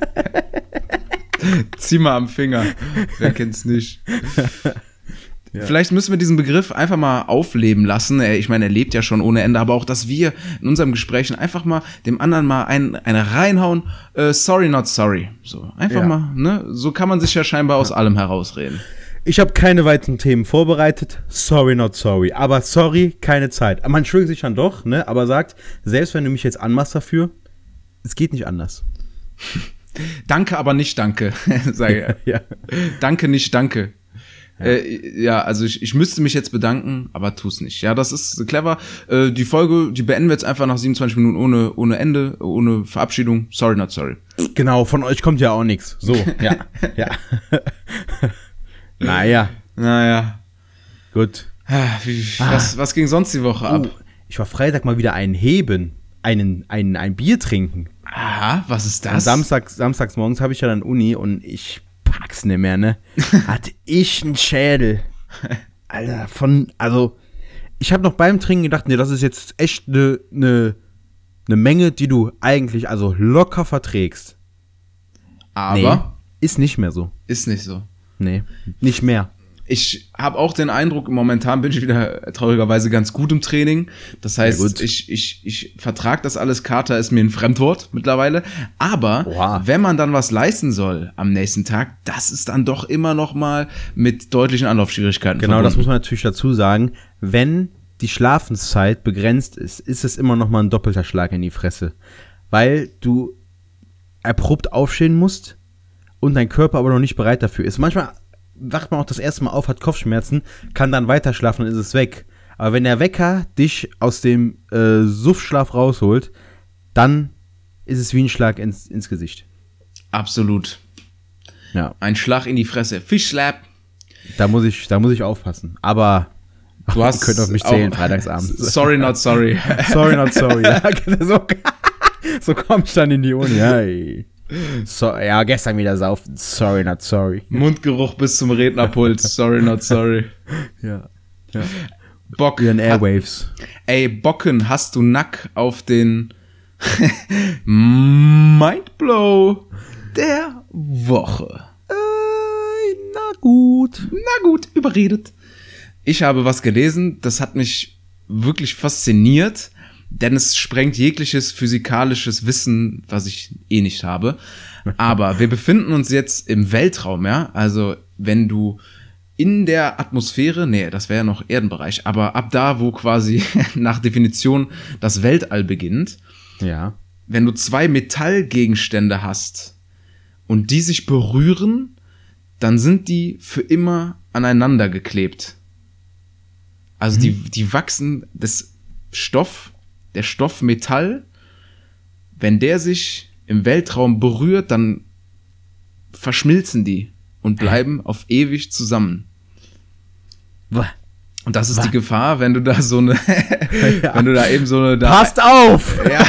Zieh mal am Finger. Wer kennt's nicht? Ja. Vielleicht müssen wir diesen Begriff einfach mal aufleben lassen. Ich meine, er lebt ja schon ohne Ende, aber auch, dass wir in unserem Gesprächen einfach mal dem anderen mal eine reinhauen. Sorry, not sorry. So, einfach mal, ne? So kann man sich ja scheinbar aus allem herausreden. Ich habe keine weiteren Themen vorbereitet. Sorry, not sorry. Aber sorry, keine Zeit. Man entschuldigt sich dann doch, ne? Aber sagt, selbst wenn du mich jetzt anmachst dafür, es geht nicht anders. Danke, aber nicht danke, sage ich. Ja. Danke, nicht danke. Ja, also ich müsste mich jetzt bedanken, aber tu's nicht. Ja, das ist clever. Die Folge, die beenden wir jetzt einfach nach 27 Minuten ohne Ende, ohne Verabschiedung. Sorry, not sorry. Genau, von euch kommt ja auch nichts. So, ja, ja. Naja. Gut. Was ging sonst die Woche ab? Ich war Freitag mal wieder ein Bier trinken. Aha, was ist das? Samstags morgens habe ich ja dann Uni und ich pack's nicht mehr, ne? Hatte ich einen Schädel. Alter, ich habe noch beim Trinken gedacht, ne, das ist jetzt echt eine Menge, die du eigentlich also locker verträgst. Aber ist nicht mehr so. Ist nicht so. Nee, nicht mehr. Ich habe auch den Eindruck, momentan bin ich wieder traurigerweise ganz gut im Training. Das heißt, ich vertrage das alles. Kater ist mir ein Fremdwort mittlerweile. Aber wenn man dann was leisten soll am nächsten Tag, das ist dann doch immer noch mal mit deutlichen Anlaufschwierigkeiten verbunden. Das muss man natürlich dazu sagen. Wenn die Schlafenszeit begrenzt ist es immer noch mal ein doppelter Schlag in die Fresse. Weil du abrupt aufstehen musst und dein Körper aber noch nicht bereit dafür ist. Manchmal wacht man auch das erste Mal auf, hat Kopfschmerzen, kann dann weiter schlafen und ist es weg. Aber wenn der Wecker dich aus dem Suffschlaf rausholt, dann ist es wie ein Schlag ins Gesicht. Absolut. Ja. Ein Schlag in die Fresse. Fish slap. Da muss ich aufpassen. Aber ihr könnt auf mich zählen, freitagsabends. Sorry, not sorry. Sorry, not sorry. Ja, so komme ich dann in die Uni. Hey. Ja, gestern wieder saufen. Sorry, not sorry. Mundgeruch bis zum Rednerpult. Sorry, not sorry. Ja. Bock. Wie in Airwaves. Bocken, hast du Nack auf den Mindblow der Woche? Na gut, überredet. Ich habe was gelesen, das hat mich wirklich fasziniert. Denn es sprengt jegliches physikalisches Wissen, was ich nicht habe. Aber wir befinden uns jetzt im Weltraum, ja. Also wenn du in der Atmosphäre, das wäre ja noch Erdenbereich, aber ab da, wo quasi nach Definition das Weltall beginnt, Ja. Wenn du 2 Metallgegenstände hast und die sich berühren, dann sind die für immer aneinander geklebt. Also die wachsen, der Stoff Metall, wenn der sich im Weltraum berührt, dann verschmilzen die und bleiben auf ewig zusammen. Und das ist die Gefahr, wenn du da so eine, wenn du da eben so eine... Passt auf! Ja.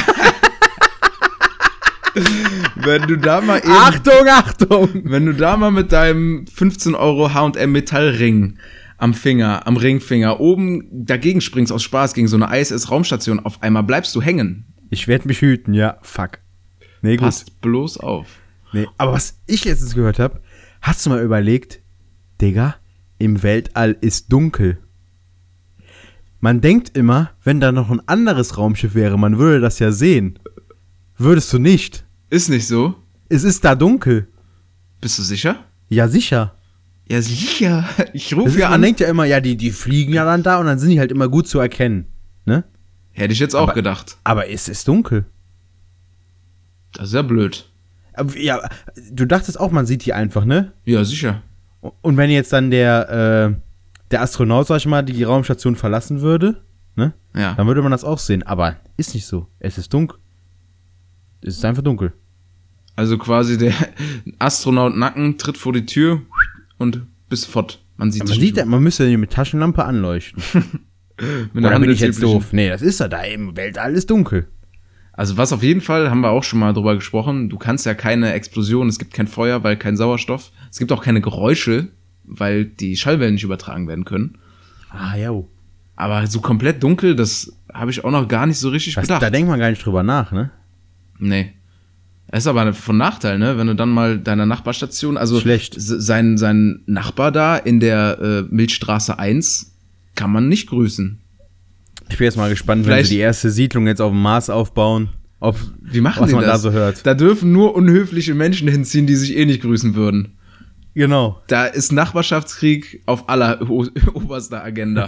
Wenn du da mal eben... Achtung! Wenn du da mal mit deinem 15 € H&M Metallring am Ringfinger oben dagegen springst aus Spaß gegen so eine ISS-Raumstation, auf einmal bleibst du hängen. Ich werde mich hüten, ja, fuck. Nee, gut. Passt bloß auf. Nee, aber was ich letztens gehört habe, hast du mal überlegt, Digga, im Weltall ist dunkel. Man denkt immer, wenn da noch ein anderes Raumschiff wäre, man würde das ja sehen. Würdest du nicht. Ist nicht so? Es ist da dunkel. Bist du sicher? Ja, sicher. Ja, sicher. Ich rufe ja an. Man denkt ja immer, ja, die fliegen ja dann da und dann sind die halt immer gut zu erkennen. Ne? Hätte ich jetzt auch gedacht. Aber es ist dunkel. Das ist ja blöd. Ja, du dachtest auch, man sieht die einfach, ne? Ja, sicher. Und wenn jetzt dann der Astronaut, sag ich mal, die Raumstation verlassen würde, ne? Ja. Dann würde man das auch sehen. Aber ist nicht so. Es ist dunkel. Es ist einfach dunkel. Also quasi der Astronaut Nacken tritt vor die Tür und bis fort. Man sieht man müsste die mit Taschenlampe anleuchten. Oder bin ich jetzt doof? Nee, das ist ja da im Weltall ist dunkel. Also was auf jeden Fall, haben wir auch schon mal drüber gesprochen, du kannst ja keine Explosion, es gibt kein Feuer, weil kein Sauerstoff. Es gibt auch keine Geräusche, weil die Schallwellen nicht übertragen werden können. Ah, ja. Aber so komplett dunkel, das habe ich auch noch gar nicht so richtig bedacht. Da denkt man gar nicht drüber nach, ne? Nee. Das ist aber von Nachteil, ne? Wenn du dann mal deiner Nachbarstation, also schlecht. Sein Nachbar da in der Milchstraße 1 kann man nicht grüßen. Ich bin jetzt mal gespannt, wenn sie die erste Siedlung jetzt auf dem Mars aufbauen, wie machen was die man das? da so hört. Da dürfen nur unhöfliche Menschen hinziehen, die sich eh nicht grüßen würden. Genau. Da ist Nachbarschaftskrieg auf oberster Agenda.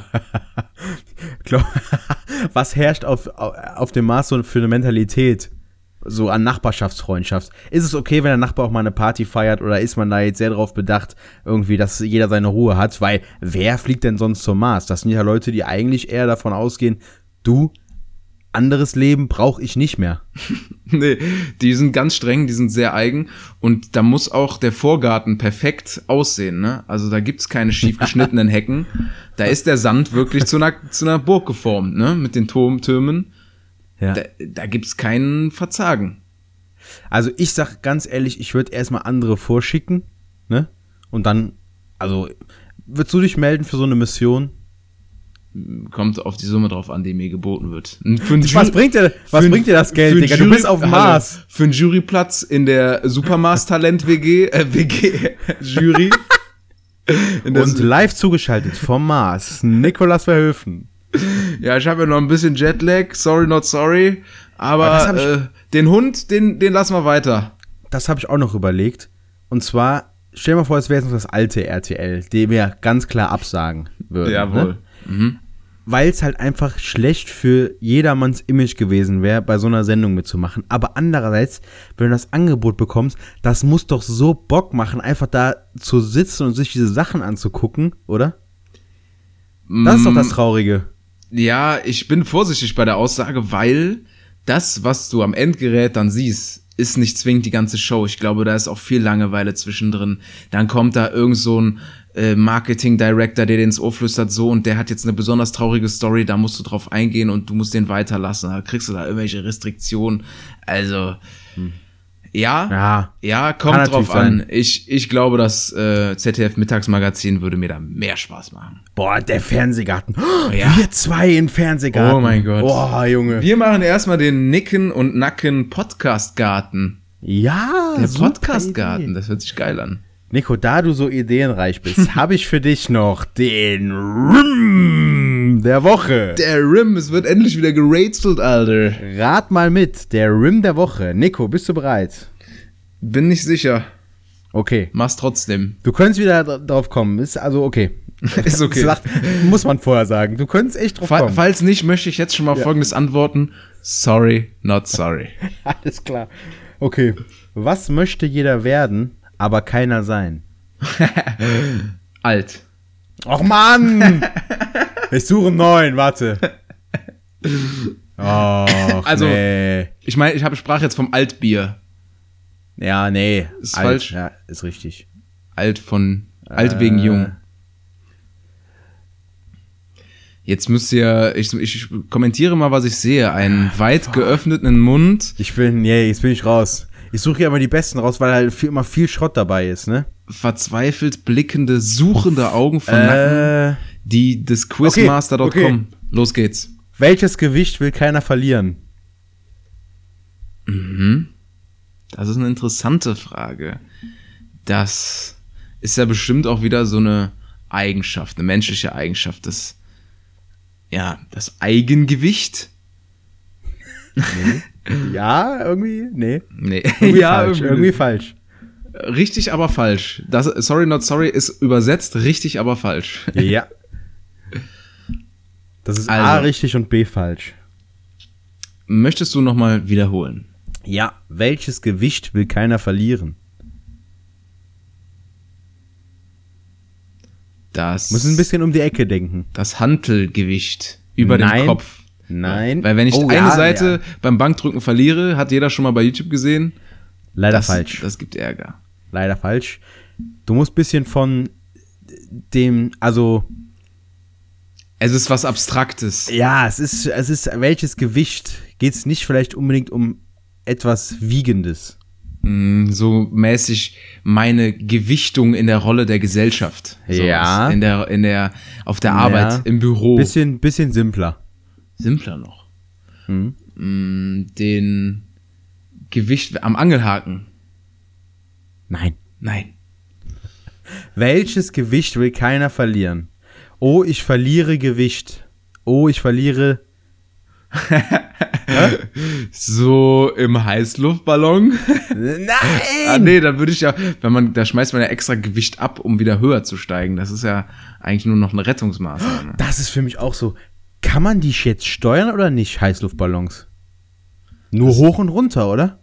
Was herrscht auf dem Mars so für eine Mentalität? So an Nachbarschaftsfreundschaft. Ist es okay, wenn der Nachbar auch mal eine Party feiert oder ist man da jetzt sehr darauf bedacht, irgendwie, dass jeder seine Ruhe hat? Weil wer fliegt denn sonst zum Mars? Das sind ja Leute, die eigentlich eher davon ausgehen, anderes Leben brauche ich nicht mehr. Nee, die sind ganz streng, die sind sehr eigen und da muss auch der Vorgarten perfekt aussehen, ne? Also da gibt's keine schief geschnittenen Hecken. Da ist der Sand wirklich zu einer Burg geformt, ne? Mit den Türmen. Ja. Da gibt's keinen Verzagen. Also ich sag ganz ehrlich, ich würde erstmal andere vorschicken, ne? Und dann, also, würdest du dich melden für so eine Mission? Kommt auf die Summe drauf an, die mir geboten wird. Was bringt dir das Geld, Digga? Du bist auf dem Mars. Für einen Juryplatz in der Supermars-Talent-WG, Jury. Und live zugeschaltet vom Mars, Nicolas Verhöfen. Ja, ich habe ja noch ein bisschen Jetlag, sorry not sorry, aber den Hund, den lassen wir weiter. Das habe ich auch noch überlegt. Und zwar, stell dir mal vor, es wäre jetzt noch das alte RTL, dem wir ganz klar absagen würden. Jawohl. Ne? Mhm. Weil es halt einfach schlecht für jedermanns Image gewesen wäre, bei so einer Sendung mitzumachen. Aber andererseits, wenn du das Angebot bekommst, das muss doch so Bock machen, einfach da zu sitzen und sich diese Sachen anzugucken, oder? Das ist doch das Traurige. Ja, ich bin vorsichtig bei der Aussage, weil das, was du am Endgerät dann siehst, ist nicht zwingend die ganze Show. Ich glaube, da ist auch viel Langeweile zwischendrin. Dann kommt da irgend so ein Marketing-Director, der dir ins Ohr flüstert, so, und der hat jetzt eine besonders traurige Story, da musst du drauf eingehen und du musst den weiterlassen. Da kriegst du da irgendwelche Restriktionen. Also, ja, kommt drauf an. Ich glaube, das ZDF-Mittagsmagazin würde mir da mehr Spaß machen. Boah, der Fernsehgarten. Oh, ja. Wir zwei im Fernsehgarten. Oh mein Gott. Boah, Junge. Wir machen erstmal den Nicken und Nacken Podcastgarten. Ja, der Podcastgarten, das hört sich geil an. Nico, da du so ideenreich bist, habe ich für dich noch den Rim der Woche. Der Rim, es wird endlich wieder gerätselt, Alter. Rat mal mit, der Rim der Woche. Nico, bist du bereit? Bin nicht sicher. Okay. Mach's trotzdem. Du könntest wieder drauf kommen. Ist also okay. Ist okay. Muss man vorher sagen. Du könntest echt drauf kommen. Falls nicht, möchte ich jetzt schon mal Folgendes antworten. Sorry, not sorry. Alles klar. Okay. Was möchte jeder werden, aber keiner sein? Alt. Och Mann! Ich suche einen neuen, warte. Oh, also, nee. Ich meine, ich sprach jetzt vom Altbier. Ja, nee. Ist alt, falsch? Ja, ist richtig. Alt wegen jung. Jetzt müsst ihr, ich kommentiere mal, was ich sehe. Einen weit geöffneten Mund. Jetzt bin ich raus. Ich suche hier immer die Besten raus, weil halt immer viel Schrott dabei ist, ne? Verzweifelt blickende, suchende Augen von Nacken, die des Quizmaster.com. Okay. Los geht's. Welches Gewicht will keiner verlieren? Das ist eine interessante Frage. Das ist ja bestimmt auch wieder so eine Eigenschaft, eine menschliche Eigenschaft, das Eigengewicht. Nee. Ja, irgendwie, nee. Irgendwie ja, falsch. Irgendwie falsch. Richtig, aber falsch. Das Sorry, not sorry ist übersetzt richtig, aber falsch. Ja. Das ist A richtig und B falsch. Möchtest du nochmal wiederholen? Ja. Welches Gewicht will keiner verlieren? Muss ein bisschen um die Ecke denken. Das Hantelgewicht über dem Kopf. Nein. Weil wenn ich eine Seite beim Bankdrücken verliere, hat jeder schon mal bei YouTube gesehen. Leider falsch. Das gibt Ärger. Leider falsch. Du musst ein bisschen von dem, also... Es ist was Abstraktes. Ja, es ist welches Gewicht? Geht es nicht vielleicht unbedingt um etwas Wiegendes? So mäßig meine Gewichtung in der Rolle der Gesellschaft. Ja. Auf der Arbeit, im Büro. Bisschen simpler. Simpler noch. Den Gewicht am Angelhaken. Nein. Nein. Welches Gewicht will keiner verlieren? Oh, ich verliere Gewicht. Oh, ich verliere... So im Heißluftballon? Nein! Nee, da würde ich ja, da schmeißt man ja extra Gewicht ab, um wieder höher zu steigen. Das ist ja eigentlich nur noch eine Rettungsmaßnahme. Das ist für mich auch so. Kann man die jetzt steuern oder nicht, Heißluftballons? Nur hoch und runter, oder?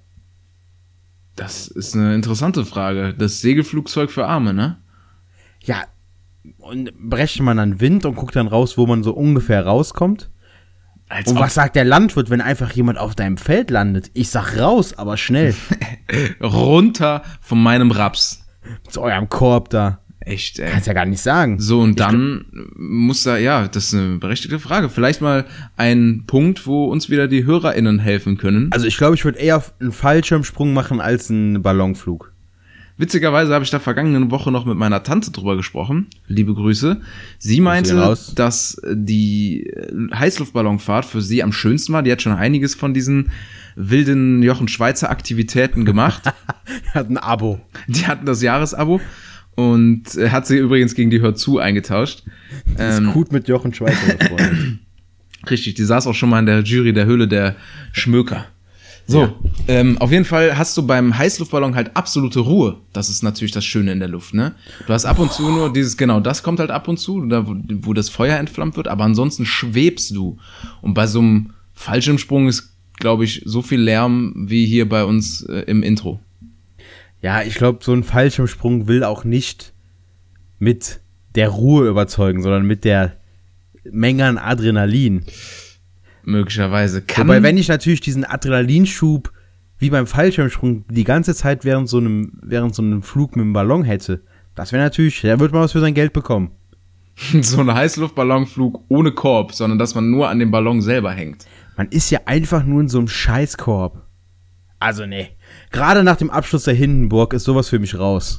Das ist eine interessante Frage. Das Segelflugzeug für Arme, ne? Ja, und brecht man dann Wind und guckt dann raus, wo man so ungefähr rauskommt? Und was sagt der Landwirt, wenn einfach jemand auf deinem Feld landet? Ich sag raus, aber schnell. Runter von meinem Raps. Zu eurem Korb da. Echt, ey. Kannst ja gar nicht sagen. So, und dann muss da, das ist eine berechtigte Frage. Vielleicht mal ein Punkt, wo uns wieder die HörerInnen helfen können. Also ich glaube, ich würde eher einen Fallschirmsprung machen als einen Ballonflug. Witzigerweise habe ich da vergangene Woche noch mit meiner Tante drüber gesprochen. Liebe Grüße. Sie meinte, dass die Heißluftballonfahrt für sie am schönsten war. Die hat schon einiges von diesen wilden Jochen Schweizer Aktivitäten gemacht. Die hatten ein Abo. Die hatten das Jahresabo. Und hat sie übrigens gegen die Hör zu eingetauscht. Das ist gut mit Jochen Schweizer befreundet. Richtig, die saß auch schon mal in der Jury der Höhle der Schmöker. So, auf jeden Fall hast du beim Heißluftballon halt absolute Ruhe. Das ist natürlich das Schöne in der Luft, ne? Du hast ab und zu nur das kommt halt ab und zu, da wo das Feuer entflammt wird, aber ansonsten schwebst du. Und bei so einem Fallschirmsprung ist, glaube ich, so viel Lärm wie hier bei uns im Intro. Ja, ich glaube, so ein Fallschirmsprung will auch nicht mit der Ruhe überzeugen, sondern mit der Menge an Adrenalin. Möglicherweise Wobei, wenn ich natürlich diesen Adrenalinschub wie beim Fallschirmsprung die ganze Zeit während so einem Flug mit dem Ballon hätte, das wäre natürlich, da würde man was für sein Geld bekommen. So ein Heißluftballonflug ohne Korb, sondern dass man nur an dem Ballon selber hängt. Man ist ja einfach nur in so einem Scheißkorb. Also nee, gerade nach dem Abschluss der Hindenburg ist sowas für mich raus.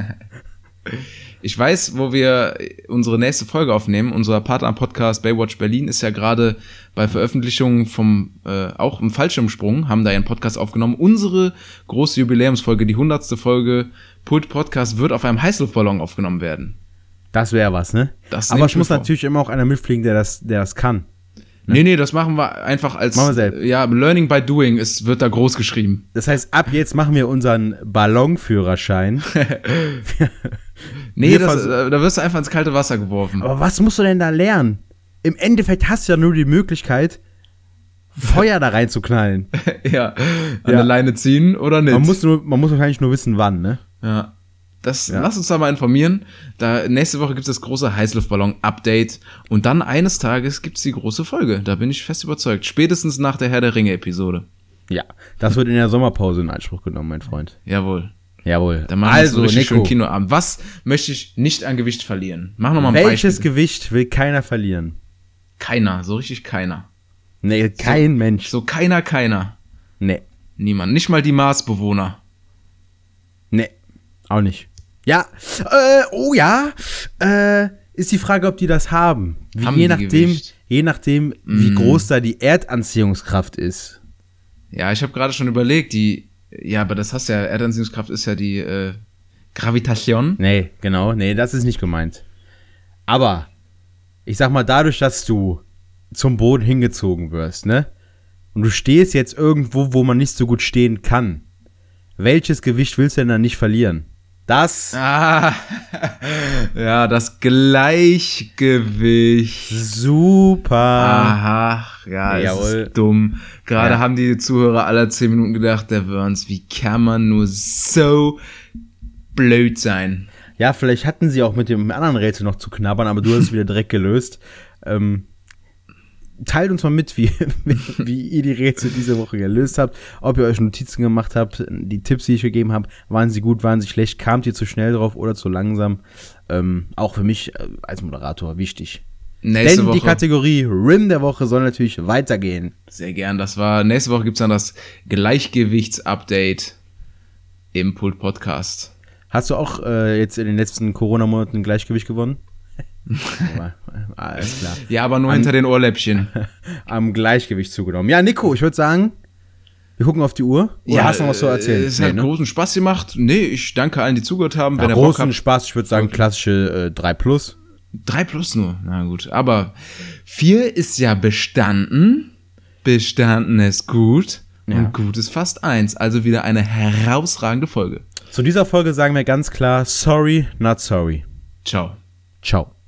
Ich weiß, wo wir unsere nächste Folge aufnehmen. Unser Partner-Podcast Baywatch Berlin ist ja gerade bei Veröffentlichung auch im Fallschirmsprung, haben da einen Podcast aufgenommen. Unsere große Jubiläumsfolge, die 100. Folge Pult Podcast, wird auf einem Heißluftballon aufgenommen werden. Das wäre was, ne? Aber es muss natürlich immer auch einer mitfliegen, der das kann. Ne? Nee, das machen wir einfach als Learning by Doing, es wird da groß geschrieben. Das heißt, ab jetzt machen wir unseren Ballonführerschein. Nee, da wirst du einfach ins kalte Wasser geworfen. Aber was musst du denn da lernen? Im Endeffekt hast du ja nur die Möglichkeit, Feuer da reinzuknallen. Ja, an der Leine ziehen oder nicht. Man muss wahrscheinlich nur wissen, wann, ne? Ja. Lass uns da mal informieren. Nächste Woche gibt es das große Heißluftballon-Update und dann eines Tages gibt es die große Folge. Da bin ich fest überzeugt. Spätestens nach der Herr der Ringe-Episode. Ja, das wird in der Sommerpause in Anspruch genommen, mein Freund. Jawohl. Dann machen wir so richtig schön Kinoabend. Was möchte ich nicht an Gewicht verlieren? Mach nochmal ein Beispiel. Welches Beispiel. Gewicht will keiner verlieren? Keiner, so richtig keiner. Nee, kein Mensch. So keiner. Nee. Niemand, nicht mal die Marsbewohner. Nee, auch nicht. Ja, ist die Frage, ob die das haben. Je nachdem, wie groß da die Erdanziehungskraft ist. Ja, ich habe gerade schon überlegt, aber das hast ja, Erdanziehungskraft ist ja die Gravitation. Nee, genau, das ist nicht gemeint. Aber, ich sag mal, dadurch, dass du zum Boden hingezogen wirst, ne? Und du stehst jetzt irgendwo, wo man nicht so gut stehen kann. Welches Gewicht willst du denn dann nicht verlieren? Das Gleichgewicht. Super. Aha, ja, jawohl. Ist dumm. Gerade haben die Zuhörer aller 10 Minuten gedacht, der Wörns, wie kann man nur so blöd sein? Ja, vielleicht hatten sie auch mit dem anderen Rätsel noch zu knabbern, aber du hast es wieder direkt gelöst. Teilt uns mal mit, wie ihr die Rätsel diese Woche gelöst habt, ob ihr euch Notizen gemacht habt, die Tipps, die ich gegeben habe, waren sie gut, waren sie schlecht, kamt ihr zu schnell drauf oder zu langsam? Auch für mich als Moderator wichtig. Nächste Woche. Die Kategorie Rim der Woche soll natürlich weitergehen. Sehr gern, nächste Woche gibt's dann das Gleichgewichtsupdate im Pult-Podcast. Hast du auch jetzt in den letzten Corona-Monaten ein Gleichgewicht gewonnen? Alles klar. Ja, aber nur hinter den Ohrläppchen. Am Gleichgewicht zugenommen. Ja, Nico, ich würde sagen, wir gucken auf die Uhr. Oder hast du noch was zu erzählen? Es hat großen Spaß gemacht. Nee, ich danke allen, die zugehört haben. Wenn ihr Bock habt. Spaß, ich würde sagen, klassische 3+. 3+ nur, na gut. Aber 4 ist ja bestanden. Bestanden ist gut. Ja. Und gut ist fast 1. Also wieder eine herausragende Folge. Zu dieser Folge sagen wir ganz klar, sorry, not sorry. Ciao. Ciao.